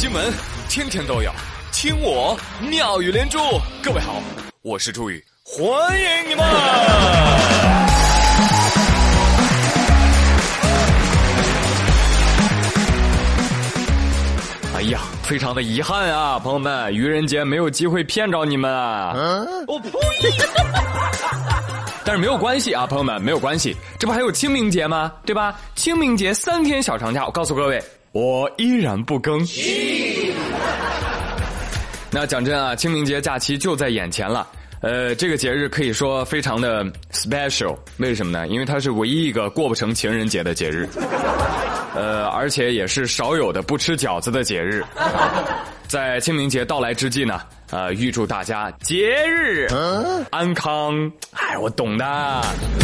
新闻天天都有，听我妙语连珠。各位好，我是朱宇，欢迎你们。哎呀，非常的遗憾啊，朋友们，愚人节没有机会骗着你们啊！我呸！但是没有关系啊，朋友们，没有关系，这不还有清明节吗？对吧？清明节3天小长假，我告诉各位，我依然不更。那讲真啊，清明节假期就在眼前了。这个节日可以说非常的 special， 为什么呢？因为它是唯一一个过不成情人节的节日，而且也是少有的不吃饺子的节日。在清明节到来之际呢，预祝大家节日安康。哎，我懂的。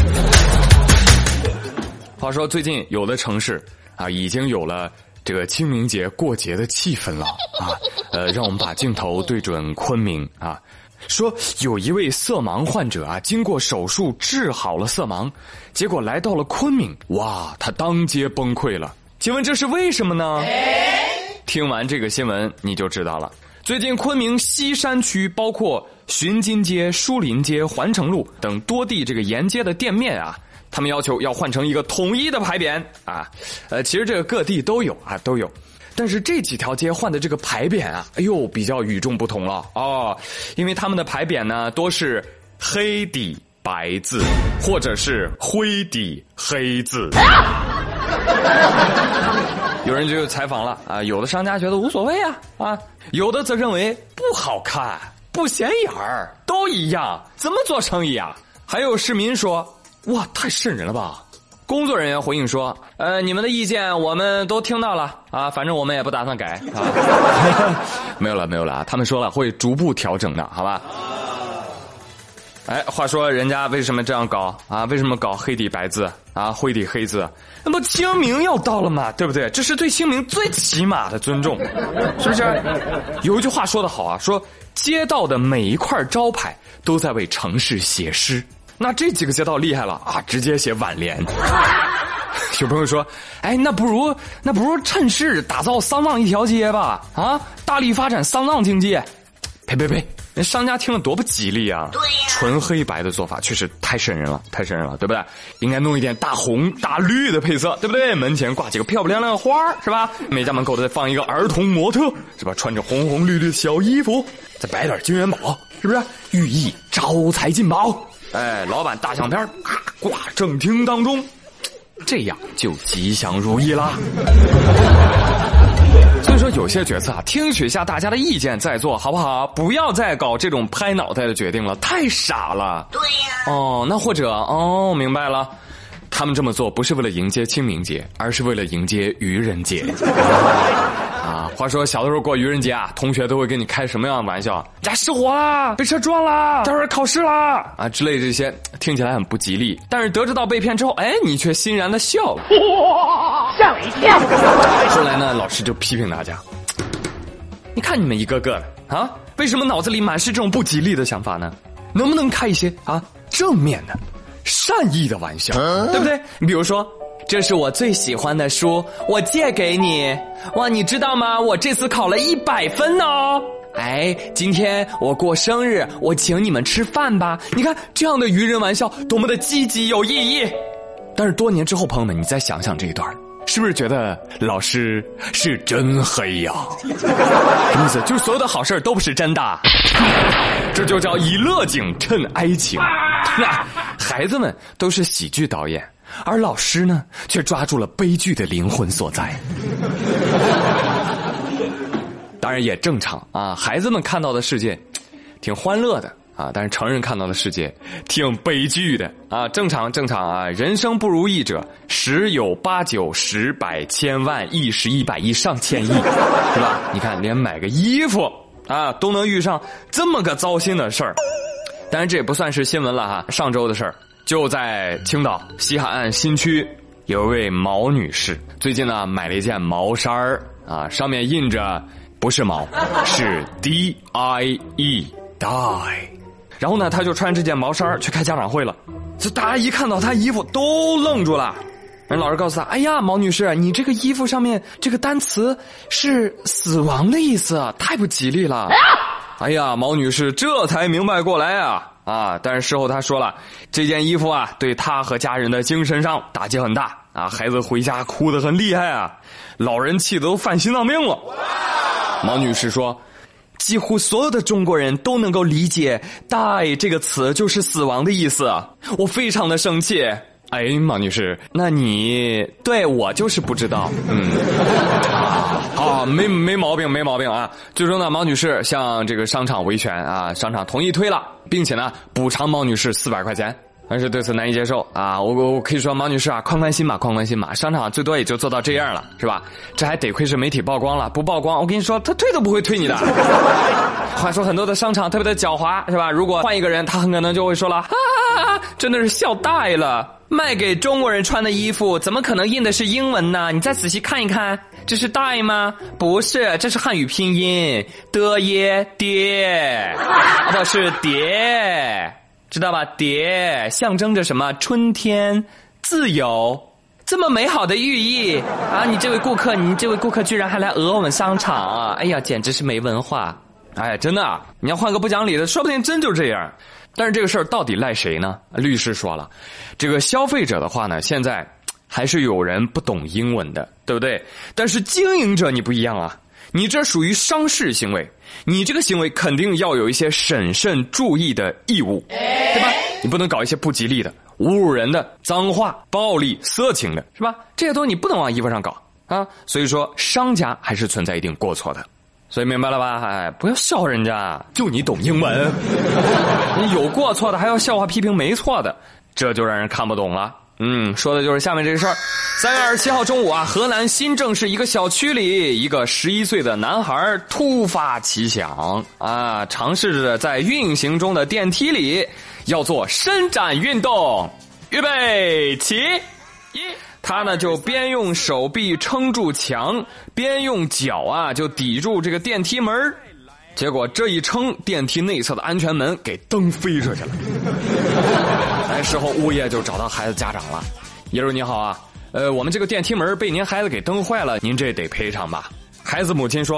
话说最近有的城市啊，已经有了这个清明节过节的气氛了啊。让我们把镜头对准昆明啊。说有一位色盲患者啊，经过手术治好了色盲，结果来到了昆明，哇，他当街崩溃了。请问这是为什么呢？听完这个新闻你就知道了。最近昆明西山区包括巡津街、书林街、环城路等多地这个沿街的店面啊，他们要求要换成一个统一的牌匾啊。其实这个各地都有啊，都有。但是这几条街换的这个牌匾啊，哎呦，比较与众不同了哦，因为他们的牌匾呢多是黑底白字，或者是灰底黑字。有人就采访了啊，有的商家觉得无所谓啊，有的则认为不好看、不显眼儿，都一样，怎么做生意啊？还有市民说，哇，太瘆人了吧！工作人员回应说，你们的意见我们都听到了啊，反正我们也不打算改啊。没有了啊，他们说了会逐步调整的，好吧？哎，话说人家为什么这样搞啊？为什么搞黑底白字啊，灰底黑字？那不清明要到了嘛，对不对？这是对清明最起码的尊重，是不是？有一句话说得好啊，说街道的每一块招牌都在为城市写诗。那这几个街道厉害了啊，直接写挽联。有朋友说，哎，那不如趁势打造丧葬一条街吧？啊，大力发展丧葬经济。呸！人商家听了多不吉利啊！对呀，纯黑白的做法确实太瘆人了，对不对？应该弄一点大红大绿的配色，对不对？门前挂几个漂漂亮亮的花，是吧？每家门口都再放一个儿童模特，是吧？穿着红红绿绿的小衣服，再摆点金元宝，是不是？寓意招财进宝。哎，老板大相片挂正厅当中，这样就吉祥如意啦。所以说有些决策啊，听取一下大家的意见再做，好不好？不要再搞这种拍脑袋的决定了，太傻了。对呀。哦，那或者明白了，他们这么做不是为了迎接清明节，而是为了迎接愚人节。啊，话说小的时候过愚人节啊，同学都会跟你开什么样的玩笑？家失火啦，被车撞啦，待会儿考试啦啊之类这些，听起来很不吉利。但是得知到被骗之后，哎，你却欣然的笑了，吓我一跳。后来呢，老师就批评大家，你看你们一个个的啊，为什么脑子里满是这种不吉利的想法呢？能不能开一些啊正面的、善意的玩笑，对不对？你比如说，这是我最喜欢的书，我借给你。哇，你知道吗？我这次考了100分哦。哎，今天我过生日，我请你们吃饭吧。你看这样的愚人玩笑多么的积极有意义。但是多年之后，朋友们，你再想想这一段，是不是觉得老师是真黑呀？什么意思？就是所有的好事都不是真的。这就叫以乐景衬哀情。孩子们都是喜剧导演，而老师呢，却抓住了悲剧的灵魂所在。当然也正常啊，孩子们看到的世界挺欢乐的啊，但是成人看到的世界挺悲剧的啊，正常啊。人生不如意者，十有八九，十百千万亿十亿百亿上千亿，是吧？你看，连买个衣服啊都能遇上这么个糟心的事儿。当然这也不算是新闻了哈，上周的事儿。就在青岛西海岸新区，有一位毛女士，最近呢买了一件毛衫儿啊，上面印着不是毛，是 DIE die。然后呢，她就穿这件毛衫去开家长会了。这大家一看到她衣服都愣住了， 人老师告诉他，哎呀，毛女士，你这个衣服上面这个单词是死亡的意思，太不吉利了。哎呀，毛女士这才明白过来啊，但是事后她说了，这件衣服啊对她和家人的精神上打击很大啊，孩子回家哭得很厉害啊，老人气得都犯心脏病了。毛女士说，几乎所有的中国人都能够理解 die 这个词就是死亡的意思，我非常的生气。哎，毛女士，那你对我就是不知道，没毛病啊。最终呢，毛女士向这个商场维权啊，商场同意退了，并且呢补偿毛女士400块钱。但是对此难以接受啊！我可以说，毛女士啊，宽宽心吧，商场最多也就做到这样了，是吧？这还得亏是媒体曝光了，不曝光，我跟你说，他退都不会退你的。话说很多的商场特别的狡猾，是吧？如果换一个人，他很可能就会说了，真的是笑大爷了。卖给中国人穿的衣服，怎么可能印的是英文呢？你再仔细看一看，这是大爷吗？不是，这是汉语拼音的耶爹，不是蝶。知道吧？蝶象征着什么？春天、自由，这么美好的寓意啊！你这位顾客居然还来讹我们商场啊！哎呀，简直是没文化！哎，真的啊，你要换个不讲理的，说不定真就这样。但是这个事儿到底赖谁呢？律师说了，这个消费者的话呢，现在还是有人不懂英文的，对不对？但是经营者你不一样啊。你这属于商事行为，你这个行为肯定要有一些审慎注意的义务，对吧？你不能搞一些不吉利的、侮辱人的、脏话、暴力、色情的，是吧？这些东西你不能往衣服上搞啊。所以说，商家还是存在一定过错的。所以明白了吧？哎，不要笑人家，就你懂英文，你有过错的还要笑话批评没错的，这就让人看不懂了。说的就是下面这个事儿。3月27号中午啊，河南新郑市一个小区里，一个11岁的男孩突发奇想啊，尝试着在运行中的电梯里要做伸展运动。预备起，他呢就边用手臂撑住墙，边用脚啊就抵住这个电梯门，结果这一撑，电梯内侧的安全门给蹬飞出去了。事后物业就找到孩子家长了，爷叔你好啊，我们这个电梯门被您孩子给蹬坏了，您这得赔偿吧？孩子母亲说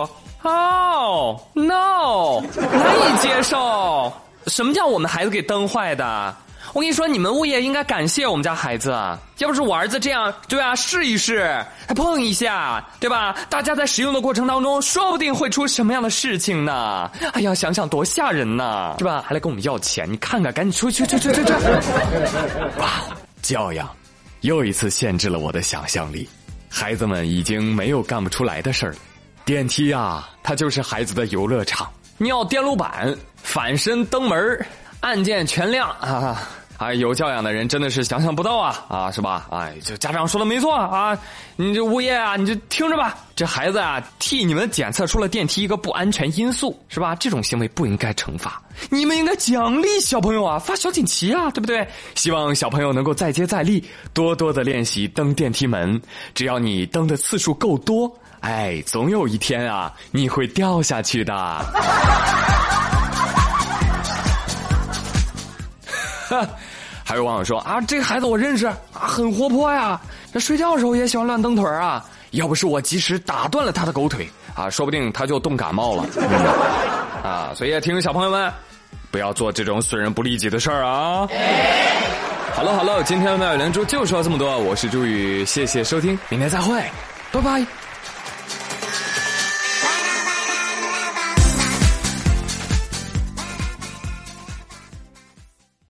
，Oh no， 难以接受。什么叫我们孩子给蹬坏的？我跟你说，你们物业应该感谢我们家孩子，要不是我儿子这样，对啊，试一试，还碰一下，对吧？大家在使用的过程当中，说不定会出什么样的事情呢？哎呀，想想多吓人呢，是吧？还来跟我们要钱，你看看，赶紧出去！哇，教养又一次限制了我的想象力，孩子们已经没有干不出来的事儿了。电梯啊，它就是孩子的游乐场，尿电路板，反身蹬门，按键全亮啊！有教养的人真的是想象不到啊，是吧？这家长说的没错啊，你这物业啊，你就听着吧。这孩子啊，替你们检测出了电梯一个不安全因素，是吧？这种行为不应该惩罚，你们应该奖励小朋友啊，发小锦旗啊，对不对？希望小朋友能够再接再厉，多多的练习蹬电梯门。只要你蹬的次数够多，总有一天啊，你会掉下去的。还有网友说啊，这个孩子我认识啊，很活泼呀，这睡觉的时候也喜欢乱蹬腿啊，要不是我及时打断了他的狗腿啊，说不定他就冻感冒了。所以也提醒小朋友们不要做这种损人不利己的事儿啊。好了，今天的妙语连珠就说这么多，我是朱宇，谢谢收听，明天再会，拜拜。